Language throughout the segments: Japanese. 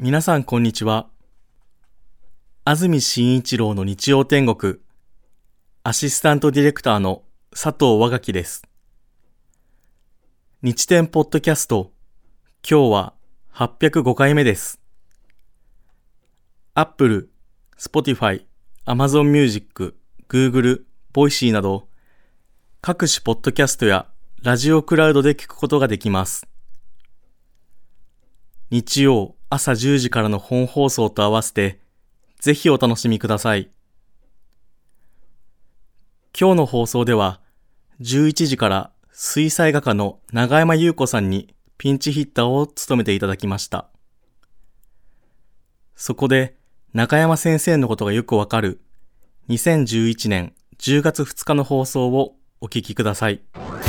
皆さんこんにちは。安住紳一郎の日曜天国、アシスタントディレクターの佐藤和垣です。日天ポッドキャスト、今日は805回目です。Apple、Spotify、Amazon Music、Google、Voicy など各種ポッドキャストやラジオクラウドで聞くことができます。日曜朝10時からの本放送と合わせてぜひお楽しみください。今日の放送では11時から水彩画家の永山優子さんにピンチヒッターを務めていただきました。そこで中山先生のことがよくわかる2011年10月2日の放送をお聞きください。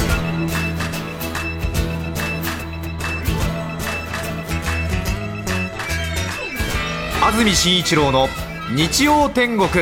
安住紳一郎の日曜天国。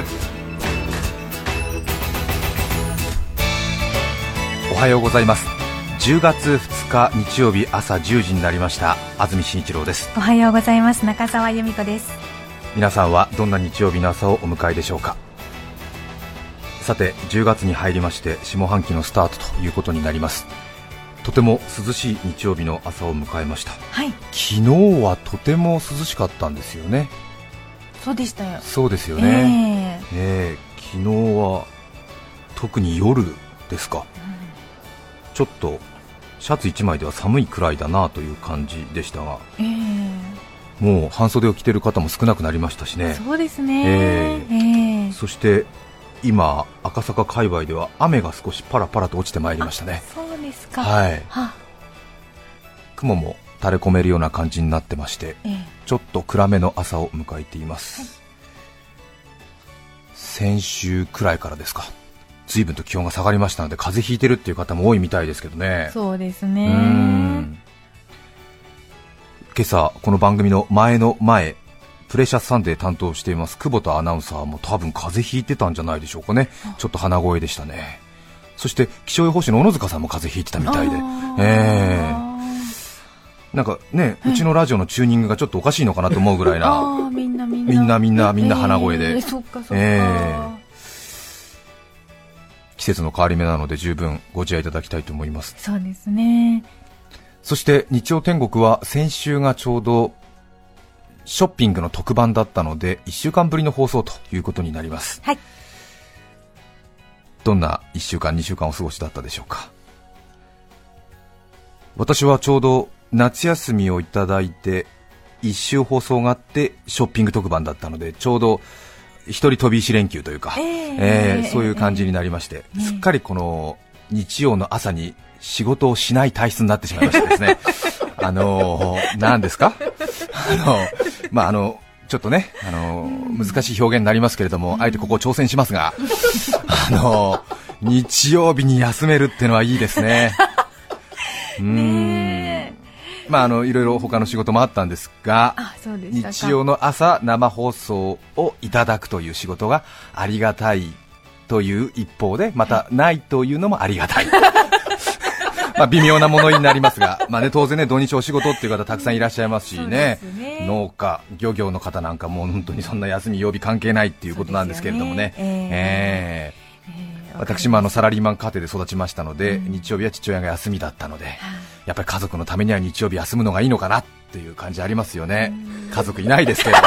おはようございます。10月2日日曜日朝10時になりました。安住紳一郎です。 おはようございます。中澤由美子です。 皆さんはどんな日曜日の朝をお迎えでしょうか。さて10月に入りまして下半期のスタートということになります。とても涼しい日曜日の朝を迎えました、 はい、 昨日はとても涼しかったんですよね。 そうでしたよ。 そうですよね、昨日は特に夜ですか、ちょっとシャツ1枚では寒いくらいだなという感じでしたが、もう半袖を着ている方も少なくなりましたしね。 そうですね、 そして今赤坂界隈では雨が少しパラパラと落ちてまいりましたね。 そうですか、 はい、雲も垂れ込めるような感じになってまして、ちょっと暗めの朝を迎えています、先週くらいからですか、随分と気温が下がりましたので風邪ひいてるっていう方も多いみたいですけどね。 そうですね。 今朝この番組の前プレシャスサンデー担当しています久保田アナウンサーも多分風邪ひいてたんじゃないでしょうかね。ちょっと鼻声でしたね。そして気象予報士の小野塚さんも風邪ひいてたみたいで、なんかね、うちのラジオのチューニングがちょっとおかしいのかなと思うぐらいな、みんな鼻声で、 そっかそっか、 季節の変わり目なので十分ご自愛いただきたいと思います。 そうですね。 そして日曜天国は先週がちょうどショッピングの特番だったので1週間ぶりの放送ということになります、はい、どんな1週間2週間お過ごしだったでしょうか。私はちょうど夏休みをいただいて1週放送があってショッピング特番だったのでちょうど一人飛び石連休というか、そういう感じになりまして、すっかりこの日曜の朝に仕事をしない体質になってしまいましてですね何ですかちょっとね、難しい表現になりますけれども、あえてここを挑戦しますが日曜日に休めるってのはいいですね。いろいろ他の仕事もあったんですが、日曜の朝生放送をいただくという仕事がありがたいという一方で、またないというのもありがたい微妙なものになりますが、当然ね、土日お仕事っていう方たくさんいらっしゃいますしね、農家漁業の方なんかもう本当にそんな休み曜日関係ないっていうことなんですけれどもね、私もサラリーマン家庭で育ちましたので、日曜日は父親が休みだったので、やっぱり家族のためには日曜日休むのがいいのかなっていう感じありますよね。家族いないですけど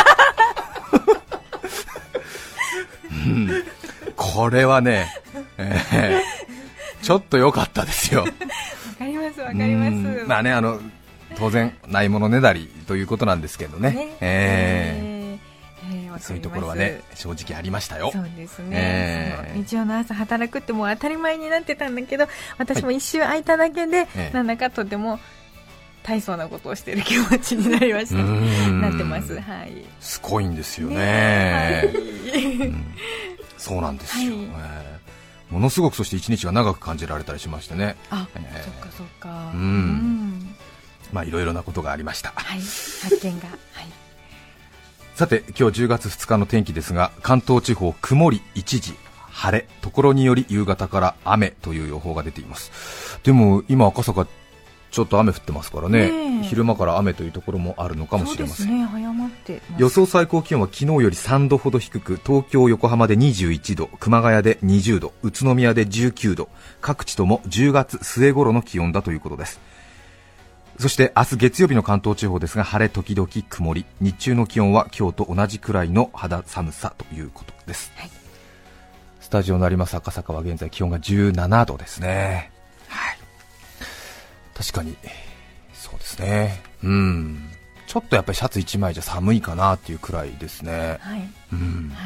これはね、ちょっと良かったですよ。わかりますわかります。 当然ないものねだりということなんですけどね、そういうところはね正直ありましたよ。 そうですね、日曜の朝働くってもう当たり前になってたんだけど、私も一周空いただけで、なんだかとても大層なことをしている気持ちになりました。なってます、 すごいんですよね、そうなんですよ、ものすごくそして一日が長く感じられたりしましてね。 そっかそっか、 いろいろなことがありました、 発見が、 さて今日10月2日の天気ですが、関東地方曇り一時晴れ、ところにより夕方から雨という予報が出ています。でも今赤坂ちょっと雨降ってますからね、昼間から雨というところもあるのかもしれません。 そうですね、早まってます。 予想最高気温は昨日より3度ほど低く、東京、横浜で21度、熊谷で20度、宇都宮で19度、各地とも10月末頃の気温だということです。そして明日月曜日の関東地方ですが、晴れ時々曇り、日中の気温は今日と同じくらいの肌寒さということです、はい、スタジオのあります赤坂は現在気温が17度ですね、はい、確かにそうですね、ちょっとやっぱりシャツ1枚じゃ寒いかなっていうくらいですね、はい、はい、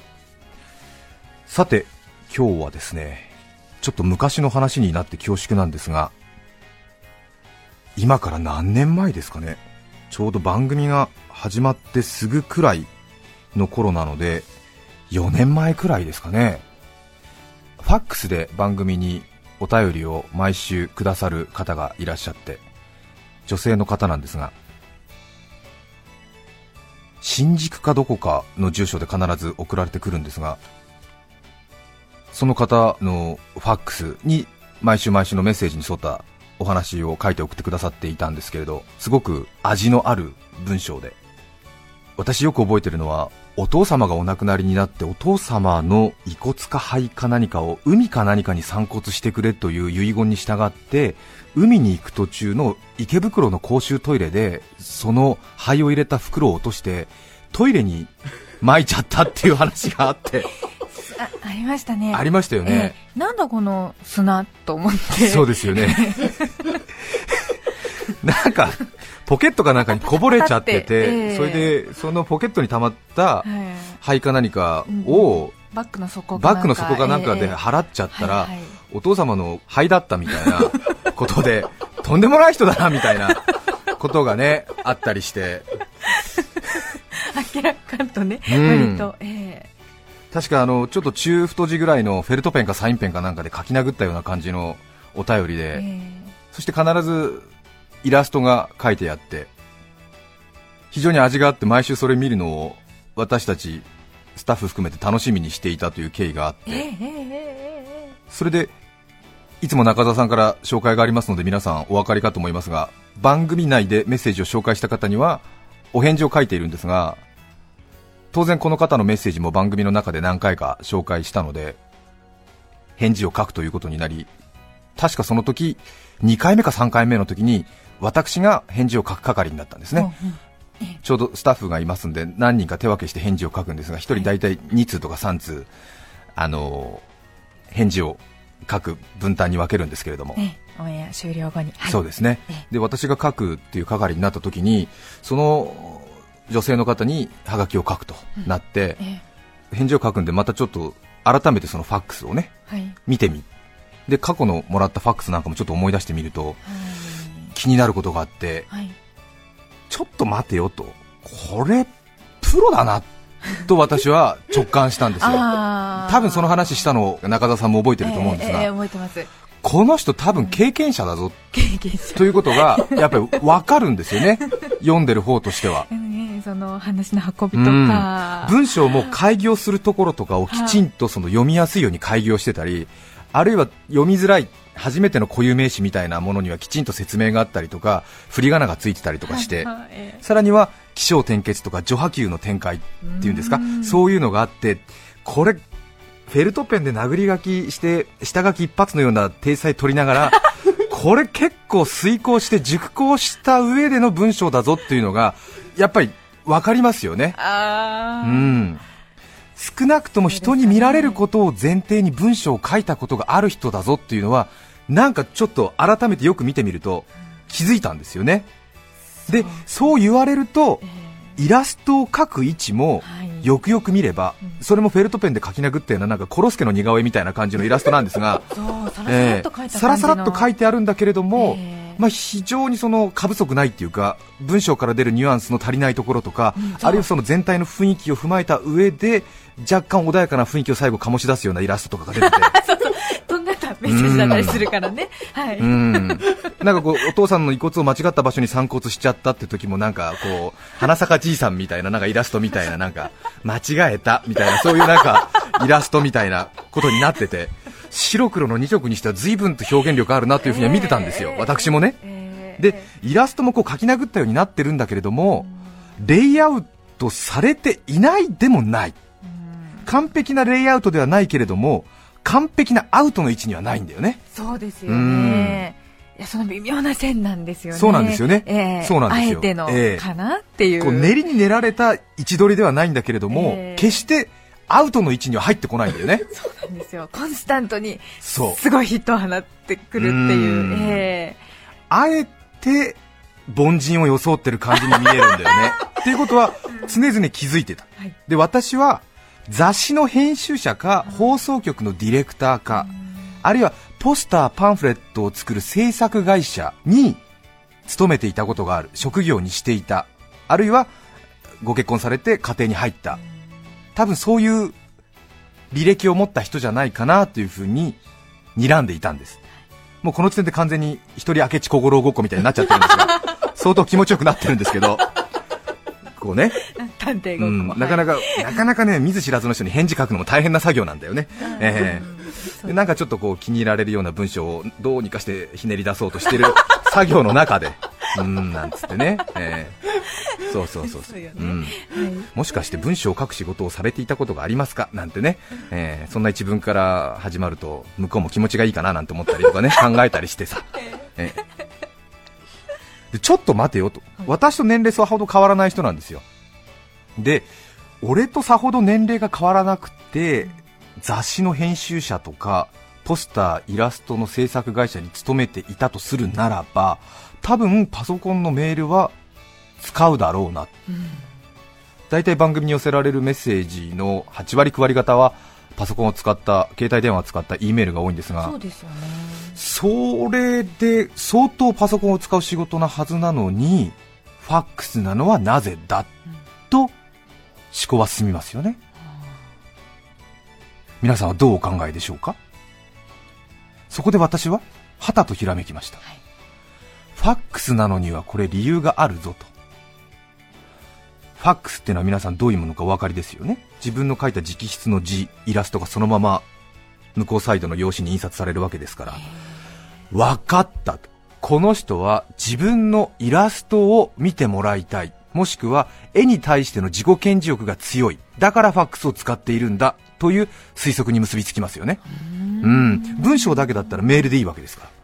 さて今日はですね、ちょっと昔の話になって恐縮なんですが、今から何年前ですかね、ちょうど番組が始まってすぐくらいの頃なので4年前くらいですかね、ファックスで番組にお便りを毎週くださる方がいらっしゃって、女性の方なんですが、新宿かどこかの住所で必ず送られてくるんですが、その方のファックスに毎週毎週のメッセージに沿ったお話を書いて送ってくださっていたんですけれど、すごく味のある文章で、私よく覚えているのは、お父様がお亡くなりになって、お父様の遺骨か灰か何かを海か何かに散骨してくれという遺言に従って海に行く途中の池袋の公衆トイレでその灰を入れた袋を落としてトイレに撒いちゃったっていう話があってありましたね。 ありましたよね、 なんだこの砂と思って。 そうですよねなんかポケットかなんかにこぼれちゃってて、それでそのポケットに溜まった灰か何かをバッグの底かなんかで払っちゃったら、お父様の灰だったみたいなことでとんでもない人だなみたいなことがねあったりして明らかとね、割と、 確かちょっと中太字ぐらいのフェルトペンかサインペンかなんかで書き殴ったような感じのお便りで、そして必ずイラストが書いてあって非常に味があって、毎週それ見るのを私たちスタッフ含めて楽しみにしていたという経緯があって、それでいつも中澤さんから紹介がありますので皆さんお分かりかと思いますが、番組内でメッセージを紹介した方にはお返事を書いているんですが、当然この方のメッセージも番組の中で何回か紹介したので返事を書くということになり、確かその時2回目か3回目の時に私が返事を書く係になったんですね、ちょうどスタッフがいますんで何人か手分けして返事を書くんですが、1人大体2通とか3通返事を書く分担に分けるんですけれども、 オンエア終了後に、 そうですね、で私が書くっていう係になった時にその女性の方にハガキを書くとなって、返事を書くんでまたちょっと改めてそのファックスをね、見てみで過去のもらったファックスなんかもちょっと思い出してみると、気になることがあって、ちょっと待てよと、これプロだなと私は直感したんですよ多分その話したのを中田さんも覚えてると思うんですが、 覚えてます。 この人多分経験者だぞ、ということがやっぱり分かるんですよね読んでる方としては、 その話の運びとか、 文章も開業するところとかをきちんとその読みやすいように開業してたり、あるいは読みづらい初めての固有名詞みたいなものにはきちんと説明があったりとか振り仮名がついてたりとかして、さらには起承転結とか序波球の展開っていうんですか、そういうのがあって、これフェルトペンで殴り書きして下書き一発のような体裁取りながらこれ結構遂行して熟考した上での文章だぞっていうのがやっぱり分かりますよね。少なくとも人に見られることを前提に文章を書いたことがある人だぞっていうのはなんかちょっと改めてよく見てみると気づいたんですよね。でそう言われるとイラストを描く位置もよくよく見れば、それもフェルトペンで描き殴ったような、なんかコロスケの似顔絵みたいな感じのイラストなんですがさらさらっと書いてあるんだけれども、非常にその過不足ないっていうか文章から出るニュアンスの足りないところとか、あるいはその全体の雰囲気を踏まえた上で若干穏やかな雰囲気を最後醸し出すようなイラストとかが出ててとんがったメッセージだったりするからね、 なんかこうお父さんの遺骨を間違った場所に散骨しちゃったって時もなんかこう花坂じいさんみたいな、 なんかイラストみたいな、なんか間違えたみたいな、そういうなんかイラストみたいなことになってて、 白黒の2色にしては随分と表現力あるなというふうには見てたんですよ、私もね。でイラストもこう描き殴ったようになってるんだけれども、レイアウトされていないでもない、完璧なレイアウトではないけれども完璧なアウトの位置にはないんだよね。 そうですよね。いや、その微妙な線なんですよね。 そうなんですよね、そうなんですよ。 あえてのかなっていう、 こう練りに練られた位置取りではないんだけれども、決してアウトの位置には入ってこないんだよね。 そうなんですよ。コンスタントにすごいヒットを放ってくるっていう、 あえて凡人を装ってる感じに見えるんだよねっていうことは常々気づいてた、で私は雑誌の編集者か放送局のディレクターか、あるいはポスターパンフレットを作る制作会社に勤めていたことがある、職業にしていた、あるいはご結婚されて家庭に入った、多分そういう履歴を持った人じゃないかなというふうに睨んでいたんです。もうこの時点で完全に一人明智小五郎ごっこみたいになっちゃってるんですが相当気持ちよくなってるんですけど、こうね、 探偵ごっこ、 なかなかね、見ず知らずの人に返事書くのも大変な作業なんだよね。でなんかちょっとこう気に入られるような文章をどうにかしてひねり出そうとしてる作業の中でなんつってね、そう、もしかして文章を書く仕事をされていたことがありますかなんてね、そんな一文から始まると向こうも気持ちがいいかななんて思ったりとかね考えたりしてさ、でちょっと待てよと、私と年齢さほど変わらない人なんですよ。で俺とさほど年齢が変わらなくて雑誌の編集者とかポスターイラストの制作会社に勤めていたとするならば、多分パソコンのメールは使うだろうな、だいたい番組に寄せられるメッセージの8割9割方はパソコンを使った携帯電話を使った E メールが多いんですが、 そうですよね。 それで相当パソコンを使う仕事なはずなのにファックスなのはなぜだ、と思考は進みますよね。皆さんはどうお考えでしょうか。そこで私ははたとひらめきました、ファックスなのにはこれ理由があるぞと。ファックスっていうのは皆さんどういうものかお分かりですよね。自分の書いた直筆の字イラストがそのまま向こうサイドの用紙に印刷されるわけですから、分かったと、この人は自分のイラストを見てもらいたい、もしくは絵に対しての自己顕示欲が強い、だからファックスを使っているんだという推測に結びつきますよね。文章だけだったらメールでいいわけですから、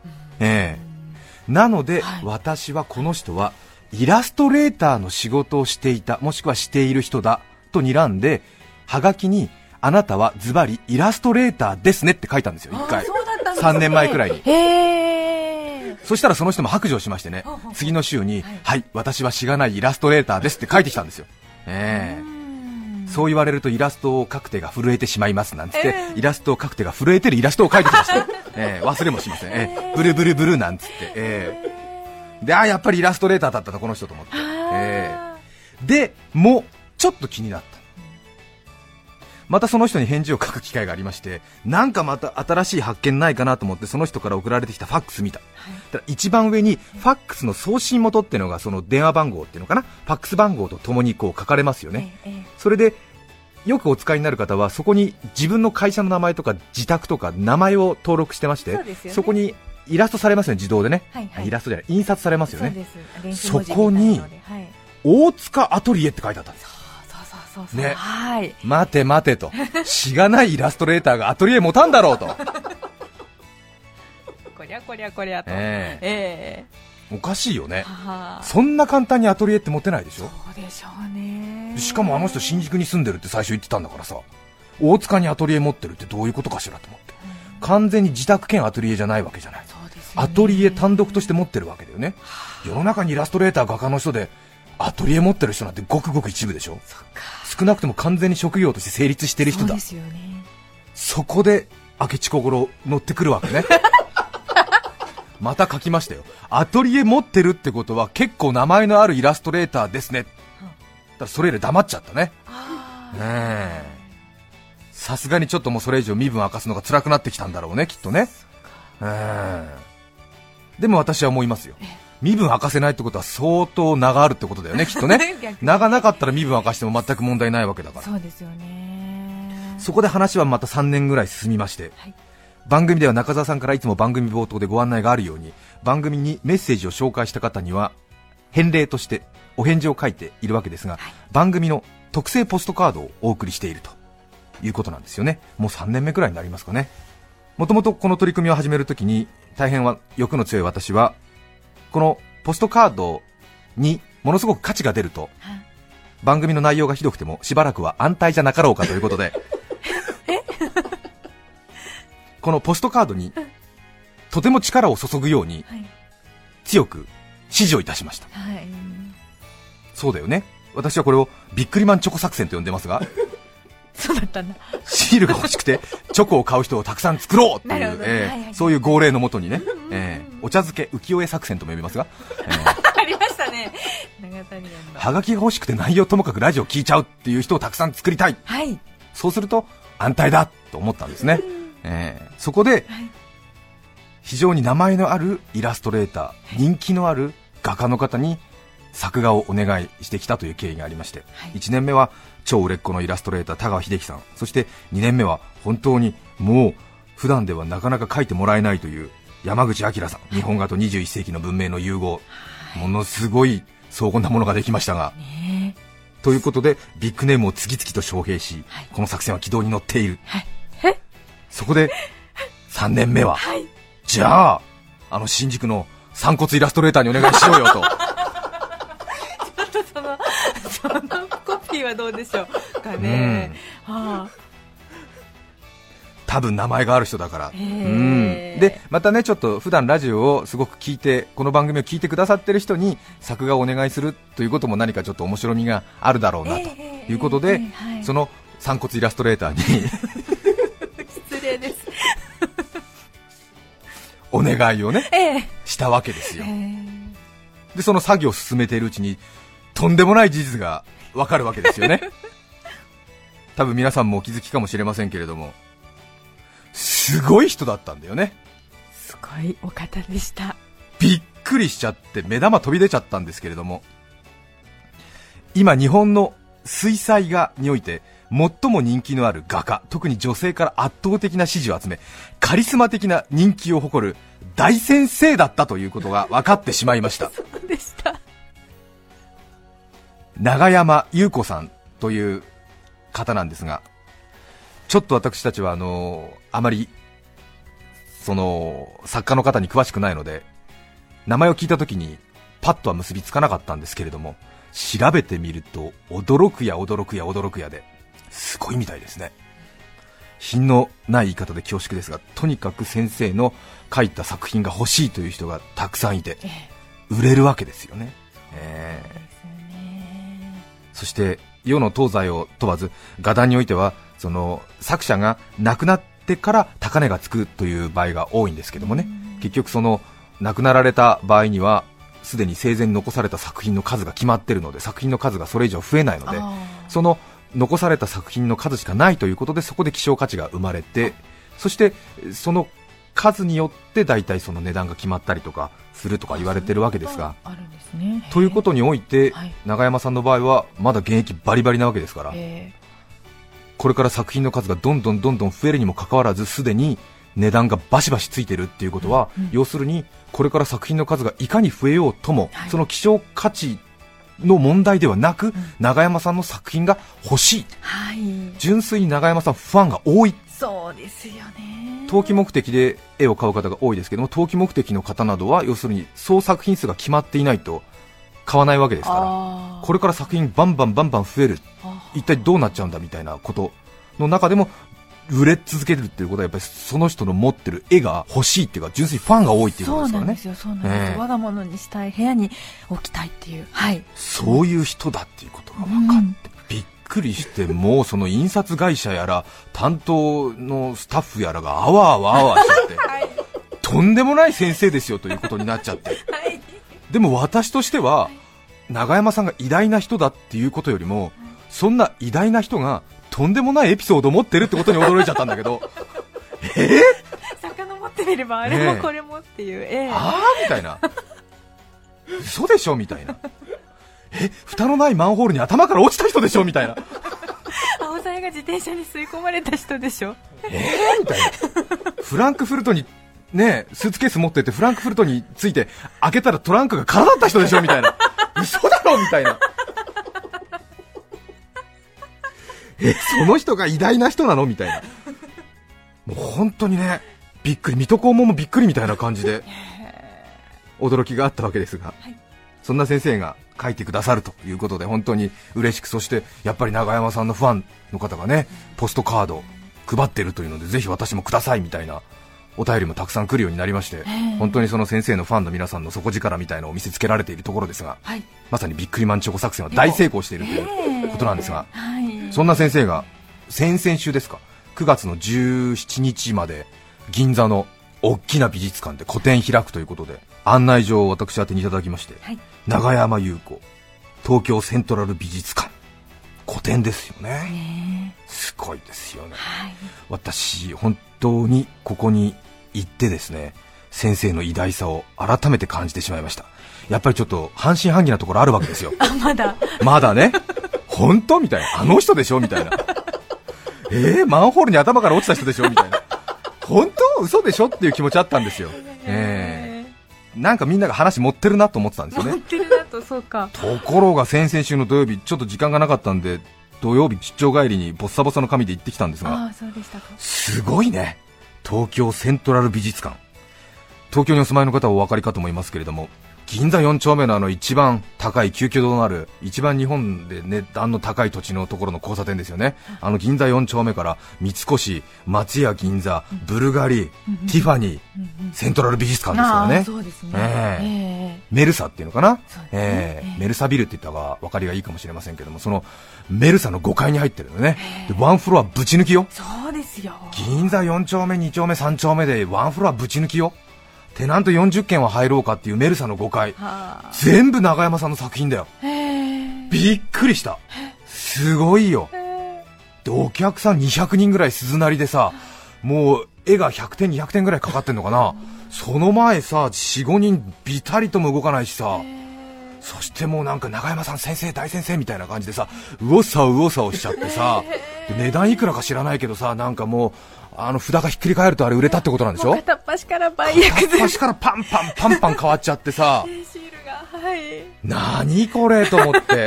なので、私はこの人はイラストレーターの仕事をしていた、もしくはしている人だと睨んで、はがきにあなたはズバリイラストレーターですねって書いたんですよ、1回。3年前くらいに。そしたらその人も白状しましてね、次の週に、はい、私はしがないイラストレーターですって書いてきたんですよ。そう言われるとイラストを描く手が震えてしまいますなんつって、イラストを描く手が震えてるイラストを描いてきました、忘れもしません、ブルブルブルなんつって、でやっぱりイラストレーターだったなこの人と思って、でもちょっと気になった。またその人に返事を書く機会がありまして、なんかまた新しい発見ないかなと思ってその人から送られてきたファックス見た、だから一番上にファックスの送信元っていうのがその電話番号っていうのかな、ファックス番号とともにこう書かれますよね、それでよくお使いになる方はそこに自分の会社の名前とか自宅とか名前を登録してまして、 そこにイラストされますよね、自動でね、イラストじゃない、印刷されますよね。そこに大塚アトリエって書いてあったんですよね。待て待てと、しがないイラストレーターがアトリエ持たんだろうとこりゃこりゃこりゃと、 おかしいよね。そんな簡単にアトリエって持てないでしょ。 そうでしょうね。 しかもあの人新宿に住んでるって最初言ってたんだからさ、大塚にアトリエ持ってるってどういうことかしらと思って、完全に自宅兼アトリエじゃないわけじゃない、アトリエ単独として持ってるわけだよね。世の中にイラストレーター画家の人でアトリエ持ってる人なんてごくごく一部でしょ。少なくとも完全に職業として成立してる人だ。そうですよね。そこで明智小五郎乗ってくるわけねまた書きましたよ、アトリエ持ってるってことは結構名前のあるイラストレーターですね、だからそれ以来黙っちゃったね。さすがにちょっともうそれ以上身分明かすのが辛くなってきたんだろうね、きっとね。でも私は思いますよ、身分明かせないってことは相当名があるってことだよね、きっとね名がなかったら身分明かしても全く問題ないわけだから。 そうですよね。 そこで話はまた3年ぐらい進みまして、 番組では中澤さんからいつも番組冒頭でご案内があるように、番組にメッセージを紹介した方には返礼としてお返事を書いているわけですが、番組の特製ポストカードをお送りしているということなんですよね。もう3年目くらいになりますかね。もともとこの取り組みを始めるときに大変欲の強い私は、このポストカードにものすごく価値が出ると、番組の内容がひどくてもしばらくは安泰じゃなかろうかということでこのポストカードにとても力を注ぐように強く指示をいたしました、はい、そうだよね。私はこれをビックリマンチョコ作戦と呼んでますがそうだったんだ。 シールが欲しくてチョコを買う人をたくさん作ろうっていう、そういう号令のもとにね、お茶漬け浮世絵作戦とも呼びますが、 ありましたね。長谷川はがきが欲しくて内容ともかくラジオ聞いちゃうっていう人をたくさん作りたい、はい、そうすると安泰だと思ったんですね。そこで、非常に名前のあるイラストレーター、人気のある画家の方に作画をお願いしてきたという経緯がありまして、1年目は超売れっ子のイラストレーター田川秀樹さん、そして2年目は本当にもう普段ではなかなか描いてもらえないという山口明さん、日本画と21世紀の文明の融合、ものすごい荘厳なものができましたが、ということでビッグネームを次々と招聘し、この作戦は軌道に乗っている、そこで3年目は、じゃあ新宿の散骨イラストレーターにお願いしようよとちょっとそのコピーはどうでしょうかね、 多分名前がある人だから、でまたね、ちょっと普段ラジオをすごく聞いて、この番組を聞いてくださってる人に作画をお願いするということも何かちょっと面白みがあるだろうなということで、その散骨イラストレーターに失礼ですお願いをね、したわけですよ。でその作業を進めているうちにとんでもない事実がわかるわけですよね多分皆さんもお気づきかもしれませんけれども、すごい人だったんだよね。 すごいお方でした。 びっくりしちゃって目玉飛び出ちゃったんですけれども、今日本の水彩画において最も人気のある画家、特に女性から圧倒的な支持を集め、カリスマ的な人気を誇る大先生だったということが分かってしまいましたそうでした。 永山優子さんという方なんですが、ちょっと私たちはあまりその作家の方に詳しくないので、名前を聞いた時にパッとは結びつかなかったんですけれども、調べてみると驚くや驚くや驚くやですごいみたいですね。品のない言い方で恐縮ですが、とにかく先生の書いた作品が欲しいという人がたくさんいて売れるわけですよね。そして世の東西を問わず、画壇においてはその作者が亡くなってから高値がつくという場合が多いんですけどもね、結局その亡くなられた場合にはすでに生前に残された作品の数が決まっているので、作品の数がそれ以上増えないので、その残された作品の数しかないということで、そこで希少価値が生まれて、そしてその数によって大体その値段が決まったりとかするとか言われてるわけですが、ということにおいて、永山さんの場合はまだ現役バリバリなわけですから、これから作品の数がどんどん増えるにもかかわらず、すでに値段がバシバシついてるっていうことは、要するにこれから作品の数がいかに増えようとも、その希少価値の問題ではなく、永山さんの作品が欲しい、純粋に永山さんファンが多い。 そうですよね。 投機目的で絵を買う方が多いですけども、投機目的の方などは要するに総作品数が決まっていないと買わないわけですから、これから作品バンバン増える、一体どうなっちゃうんだみたいなことの中でも売れ続けるっていうことは、やっぱりその人の持ってる絵が欲しいっていうか、純粋にファンが多いっていうことですからね。 そうなんですよ。我が物にしたい、部屋に置きたいっていう、 そういう人だっていうことが分かって、びっくりして、もうその印刷会社やら担当のスタッフやらがあわあわしちゃって、とんでもない先生ですよということになっちゃって、でも私としては永山さんが偉大な人だっていうことよりも、そんな偉大な人がとんでもないエピソードを持ってるってことに驚いちゃったんだけど遡ってみればあれもこれもっていう、 みたいな、嘘でしょみたいな、蓋のないマンホールに頭から落ちた人でしょみたいな、 青さやが自転車に吸い込まれた人でしょ、 みたいな、 フランクフルトにね、スーツケース持ってってフランクフルトについて開けたらトランクが空だった人でしょみたいな嘘だろみたいなその人が偉大な人なのみたいな、もう本当にね、びっくり、水戸黄門もびっくりみたいな感じで驚きがあったわけですが、はい、そんな先生が書いてくださるということで本当に嬉しく、そしてやっぱり永山さんのファンの方がね、ポストカード配ってるというので、ぜひ私もくださいみたいなお便りもたくさん来るようになりまして、本当にその先生のファンの皆さんの底力みたいなのを見せつけられているところですが、はい、まさにビックリマンチョコ作戦は大成功しているということなんですが、そんな先生が先々週ですか、9月の17日まで銀座の大きな美術館で個展開くということで、案内状を私宛てにいただきまして、はい、永山優子東京セントラル美術館個展ですよね。すごいですよね、はい、私本当にここに行ってですね、先生の偉大さを改めて感じてしまいました。やっぱりちょっと半信半疑なところあるわけですよまだね、本当みたいな、あの人でしょみたいなマンホールに頭から落ちた人でしょみたいな、本当嘘でしょっていう気持ちあったんですよ。なんかみんなが話持ってるなと思ってたんですよね。持ってるなと、そうか。ところが先々週の土曜日、ちょっと時間がなかったんで土曜日出張帰りにボッサボサの髪で行ってきたんですが、そうでしたか。すごいね、東京セントラル美術館。東京にお住まいの方はお分かりかと思いますけれども、銀座4丁目の一番高い急遽となる一番日本で値段の高い土地のところの交差点ですよね。銀座4丁目から三越、松屋銀座、ブルガリ、ティファニー、セントラル美術館ですからね。そうですね、メルサっていうのかな、メルサビルって言った方が分かりがいいかもしれませんけども、そのメルサの5階に入ってるのね。でワンフロアぶち抜きよ。そうですよ。銀座4丁目2丁目3丁目でワンフロアぶち抜きよ。テナント40件は入ろうかっていうメルサの5階、全部永山さんの作品だよ。びっくりした。すごいよ。でお客さん200人ぐらい鈴なりでさ、もう絵が100点200点ぐらいかかってんのかな。その前さ 4,5 人ビタリとも動かないしさ、そしてもうなんか永山さん先生大先生みたいな感じでさ、うおさうおさをしちゃってさ、で値段いくらか知らないけどさ、なんかもう札がひっくり返るとあれ売れたってことなんでしょ。片っ端から倍約片っ端からパンパンパンパン変わっちゃってさシールが、はい、何これと思って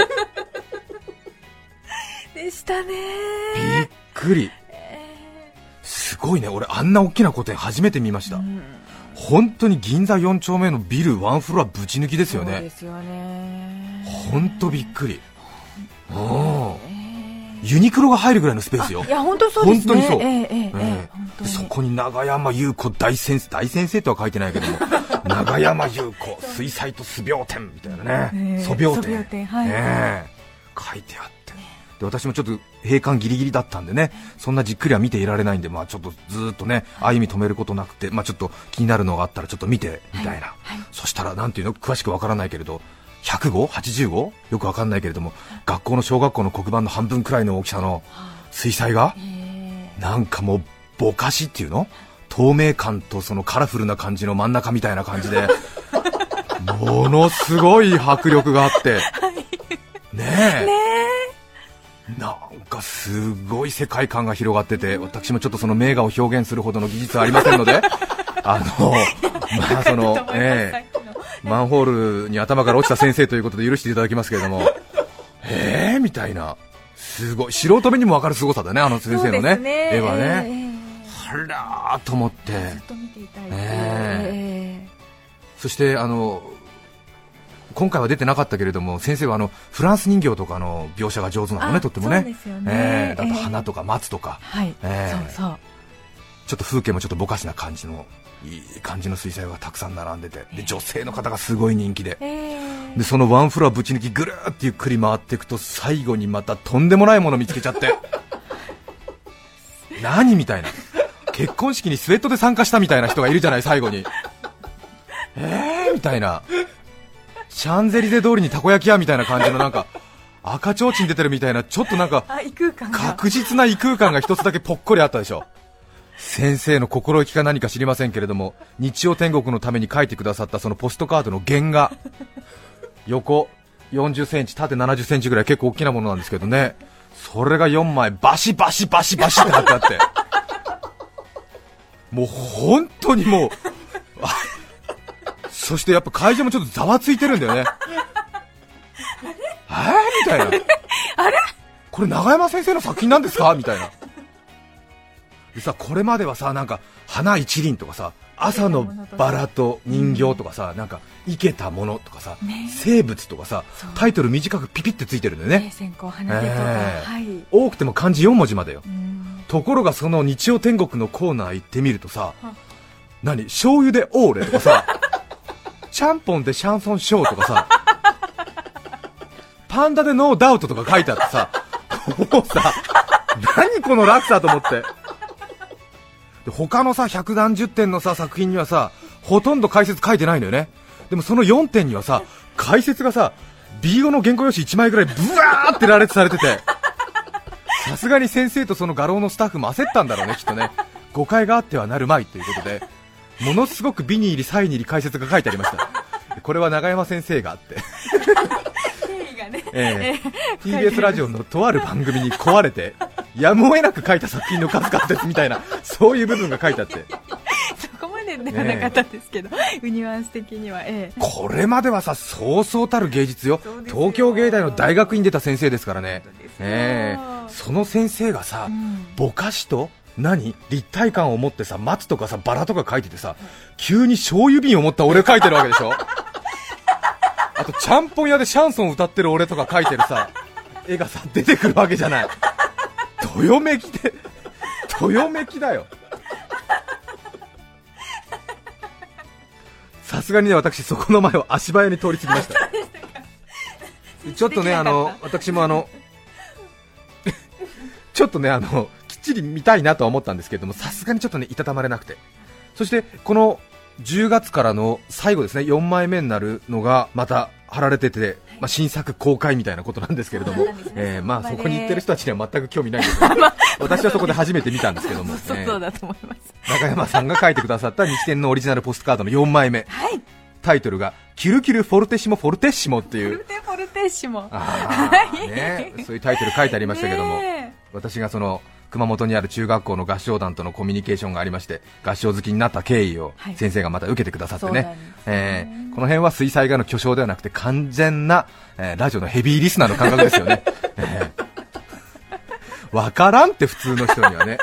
でしたね。びっくり、すごいね。俺あんな大きな個展初めて見ました。本当に銀座4丁目のビルワンフロアぶち抜きですよね。そうですよね。本当びっくり。ユニクロが入るぐらいのスペースよ。いや本当そうですね。本当にそう。そこに永山優子大先生とは書いてないけども永山優子水彩と素描展みたいなね、素描展、はい書いてあって、で私もちょっと閉館ギリギリだったんでね、そんなじっくりは見ていられないんで、ちょっとずっとね歩み止めることなくて、ちょっと気になるのがあったらちょっと見てみたいな、そしたらなんていうの詳しくわからないけれど、100号80号よくわかんないけれども、学校の小学校の黒板の半分くらいの大きさの水彩画、なんかもうぼかしっていうの、透明感とそのカラフルな感じの真ん中みたいな感じでものすごい迫力があってねえ、なんかすごい世界観が広がってて、私もちょっとその名画を表現するほどの技術はありませんのでそのマンホールに頭から落ちた先生ということで許していただきますけれどもみたいな、すごい素人目にも分かる凄さだね、あの先生の ね絵はね、はらーと思ってずっと見ていたい。そして今回は出てなかったけれども、先生はフランス人形とかの描写が上手なのね、とってもね。そうですよね。だと花とか松とか、そうそう、ちょっと風景もちょっとぼかしな感じのいい感じの水彩画がたくさん並んでて、で女性の方がすごい人気で、でそのワンフロアぶち抜きぐるーってゆっくり回っていくと、最後にまたとんでもないもの見つけちゃって何みたいな、結婚式にスウェットで参加したみたいな人がいるじゃない、最後にみたいな、シャンゼリゼ通りにたこ焼き屋みたいな感じの、なんか赤ちょうちん出てるみたいな、ちょっとなんか確実な異空間が一つだけぽっこりあったでしょ。先生の心意気か何か知りませんけれども、日曜天国のために書いてくださったそのポストカードの原画、横40センチ縦70センチぐらい結構大きなものなんですけどね、それが4枚バシバシバシバシって貼ってあってもう本当にもうそしてやっぱ会場もちょっとざわついてるんだよねみたいなあれこれ永山先生の作品なんですかみたいなでさ、これまではさ、なんか花一輪とかさ、朝のバラと人形とかさ、なんか生けたものとかさ、生物とかさ、タイトル短くピピってついてるんだよね。 線香花手とか、はい、 多くても漢字4文字までよ。ところがその日曜天国のコーナー行ってみるとさ、何醤油でオーレとかさちゃんぽんでシャンソンショーとかさパンダでノーダウトとか書いてあってさ、もうさ、何この落差と思って。で他のさ100何十点のさ作品にはさ、ほとんど解説書いてないのよね。でもその4点にはさ、解説がさ B5 の原稿用紙1枚ぐらいブワーって羅列されてて、さすがに先生とその画廊のスタッフも焦ったんだろうね、きっとね。誤解があってはなるまいということで、ものすごく美に入りサイに入り解説が書いてありました。これは永山先生があってTBS ラジオのとある番組に壊れてやむを得なく書いた作品の数々ですみたいな、そういう部分が書いてあってそこまでではなかったんですけど、ニュアンス的には、 これまではさ、そうそうたる芸術よ。東京芸大の大学院出た先生ですからね。その先生がさ、ぼかしと立体感を持ってさ、松とかさバラとか書いててさ、急に醤油瓶を持った俺を描いてるわけでしょあとちゃんぽん屋でシャンソン歌ってる俺とか描いてるさ絵がさ出てくるわけじゃない。どよめきだよ。さすがにね、私そこの前を足早に通り過ぎましたちょっとね、私もちょっとね、きっちり見たいなとは思ったんですけれども、さすがにちょっとね、いたたまれなくて。そしてこの10月からの最後ですね、4枚目になるのがまた貼られてて、新作公開みたいなことなんですけれども、そこに行ってる人たちには全く興味ないんですけど私はそこで初めて見たんですけども、 そうだと思います。 中山さんが書いてくださった日天のオリジナルポストカードの4枚目、タイトルがキルキルフォルテッシモフォルテッシモっていう、 フォルテッシモ、 そういうタイトル書いてありましたけども、私がその熊本にある中学校の合唱団とのコミュニケーションがありまして、合唱好きになった経緯を先生がまた受けてくださってね、この辺は水彩画の巨匠ではなくて完全な、ラジオのヘビーリスナーの感覚ですよねわからんって普通の人にはね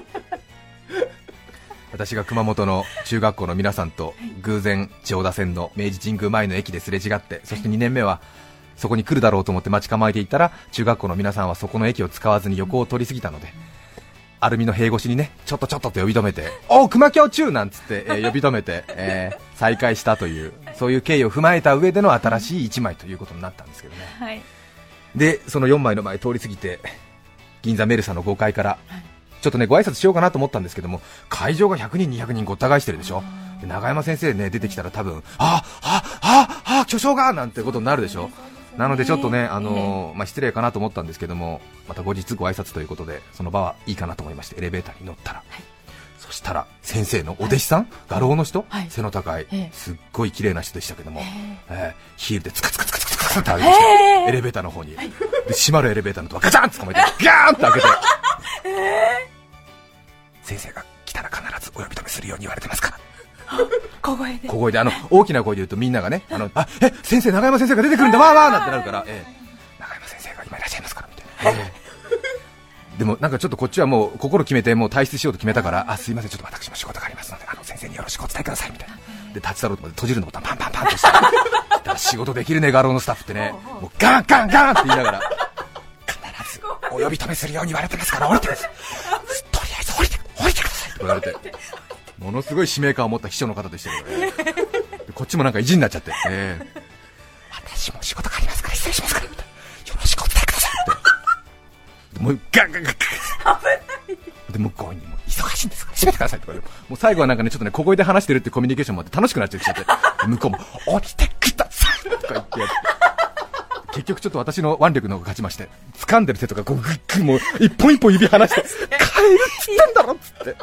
私が熊本の中学校の皆さんと偶然千代田線の明治神宮前の駅ですれ違って、そして2年目はそこに来るだろうと思って待ち構えていったら、中学校の皆さんはそこの駅を使わずに横を通り過ぎたので、アルミの塀越しにね、ちょっとと呼び止めて、お熊京中なんつって、呼び止めて、再開したという、そういう経緯を踏まえた上での新しい1枚ということになったんですけどね、でその4枚の前通り過ぎて、銀座メルサの5階からちょっとねご挨拶しようかなと思ったんですけども、会場が100人200人ごった返してるでしょ。で永山先生ね出てきたら多分巨匠がなんてことになるでしょ。なのでちょっとね、失礼かなと思ったんですけども、また後日ご挨拶ということでその場はいいかなと思いましてエレベーターに乗ったら、そしたら先生のお弟子さん、画廊の人、背の高い、すっごい綺麗な人でしたけども、ヒールでツカツカツカツカツって歩いてきて、エレベーターの方に、で閉まるエレベーターのドアガチャンって捕まえてギャーンって開けて、先生が来たら必ずお呼び止めするように言われてますから小声で大きな声で言うとみんながね、先生、永山先生が出てくるんだわーわーなんてなるから、永山先生が今いらっしゃいますからみたいな、でもなんかちょっとこっちはもう心決めてもう退出しようと決めたから、すいませんちょっと私も仕事がありますので先生によろしくお伝えくださいみたいなで立ち去ろうと思って閉じるのボタンパンパンパンとしたら仕事できるね画廊のスタッフってね、もうガンガンガンって言いながら必ずお呼び止めするように言われてますから降りてくださいとりあえず降りてくださいって言われて、ものすごい使命感を持った秘書の方でしたけど、こっちもなんか意地になっちゃって、私も仕事がありますから失礼しますからみたいな、よろしくお伝えくださいってもうガンガンガンガンで向こうにも忙しいんですから閉めてくださいとか、もう最後はなんかねちょっとね小声で話してるってコミュニケーションもあって楽しくなっちゃって向こうも降りてくださいとか言ってやって結局ちょっと私の腕力の方が勝ちまして、掴んでる手とかこうグッグもう一本一本指離して帰るっつってんだろっつって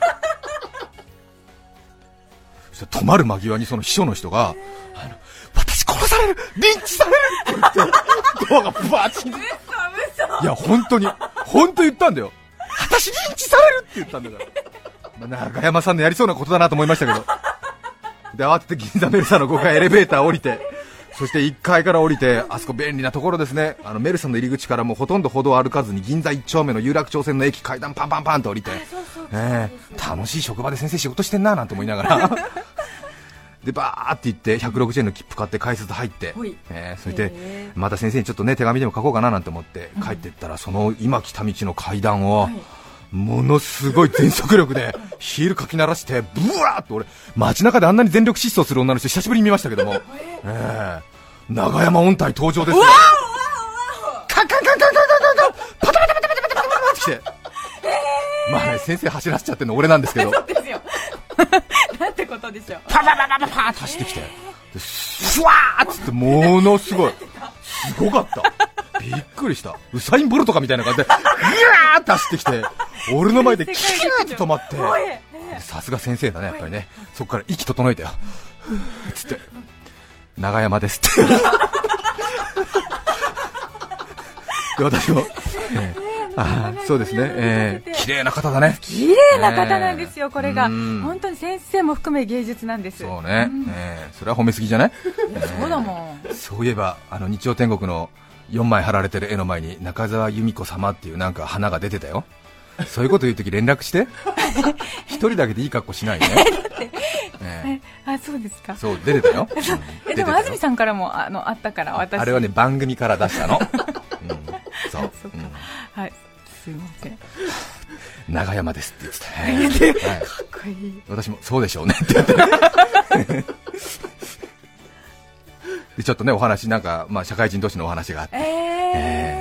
止まる間際にその秘書の人が私殺されるリンチされるって言ってドアがバチン、いや本当に言ったんだよ、私リンチされるって言ったんだから中山さんのやりそうなことだなと思いましたけどで慌てて銀座メルサの5階エレベーター降りて、そして1階から降りて、あそこ便利なところですね。メルサの入り口からもほとんど歩道歩かずに銀座1丁目の有楽町線の駅階段パンパンパンと降りて、楽しい職場で先生仕事してんななんて思いながらでバーって行って160円の切符買って改札入って、そしてまた先生にちょっとね手紙でも書こうかななんて思って帰っていったら、その今来た道の階段をものすごい全速力でヒールかき鳴らしてブワーっと、俺街中であんなに全力疾走する女の人久しぶりに見ましたけども、長山音体登場ですよ。カンカンカンカンカンカンカンパタパタパタパタパタパタってきて、まあね先生走らせちゃってるの俺なんですけどそうですよなんてことでしょう。 パパパパパパって走ってきて、シュワーっつってものすごいすごかった。びっくりした。ウサインボルトかみたいな感じでギューって走ってきて、俺の前でキューって止まって、さすが先生だねやっぱりね。そこから息整えたよつって長山ですってで私も、そうですね、綺麗な方だね。 綺麗な方なんですよ、これが本当に先生も含め芸術なんです。 そうね、それは褒めすぎじゃない？ そうだもん。 そういえば日曜天国の4枚貼られてる絵の前に中澤由美子様っていうなんか花が出てたよ。そういうこと言うとき連絡して一人だけでいい格好しないねあ、そうですか。 そう出てたよでも安住さんからもあったから、私あれはね番組から出したのそう、 はい、すいません長山ですって言ってた、 かっこいい。 私もそうでしょうねって言ってでちょっとねお話なんか、社会人同士のお話があって、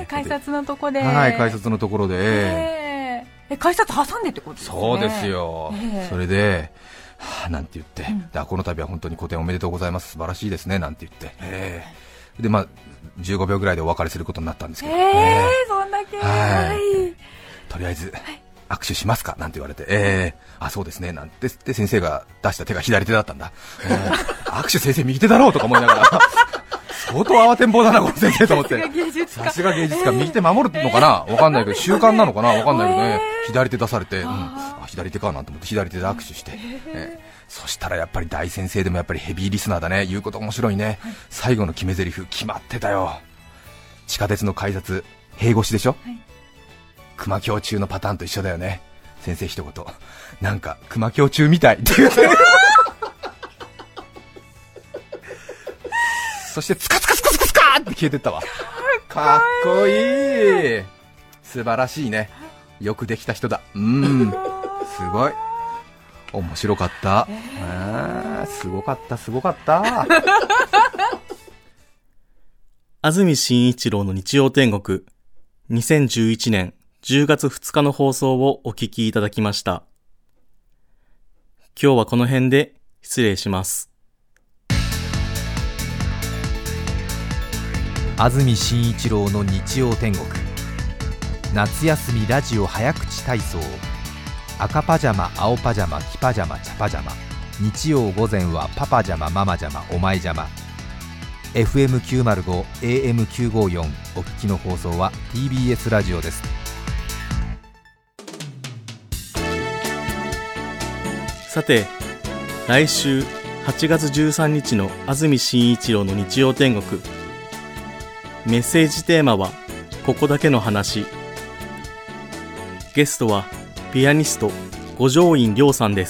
改札のとこで、 改札のところで、 改札挟んでってことですね。 そうですよ、それでなんて言って、この度は本当に個展おめでとうございます、素晴らしいですねなんて言って、で15秒ぐらいでお別れすることになったんですけど、 そんだけ、 とりあえず、握手しますかなんて言われて、そうですねなんてって先生が出した手が左手だったんだ、握手先生右手だろうとか思いながら相当慌てんぼうだなこの先生と思って、さすが芸術家、右手守るのかなわかんないけど、習慣なのかなわかんないけどね、左手出されて、左手かなんて思って左手で握手して、そしたらやっぱり大先生でもやっぱりヘビーリスナーだね、言うこと面白いね、最後の決め台詞決まってたよ。地下鉄の改札塀越しでしょ、熊胸中のパターンと一緒だよね。先生一言なんか熊胸中みたいって言ってそしてツカツカツカツカツカーって消えてったわ。かっこいい、素晴らしいね、よくできた人だ。すごい面白かった、すごかったすごかった安住紳一郎の日曜天国、2011年10月2日の放送をお聞きいただきました。今日はこの辺で失礼します。 安住紳一郎の日曜天国、夏休みラジオ早口体操、赤パジャマ青パジャマ黄パジャマ茶パジャマ、日曜午前はパパジャマママジャマお前ジャマ、 FM905 AM954 お聞きの放送は TBS ラジオです。 さて、来週8月13日の安住紳一郎の日曜天国、メッセージテーマはここだけの話。ゲストはピアニスト五条院亮さんです。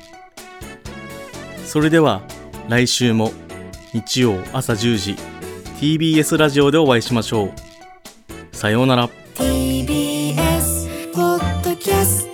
それでは来週も日曜朝10時 TBS ラジオでお会いしましょう。さようなら。 TBS ポッドキャスト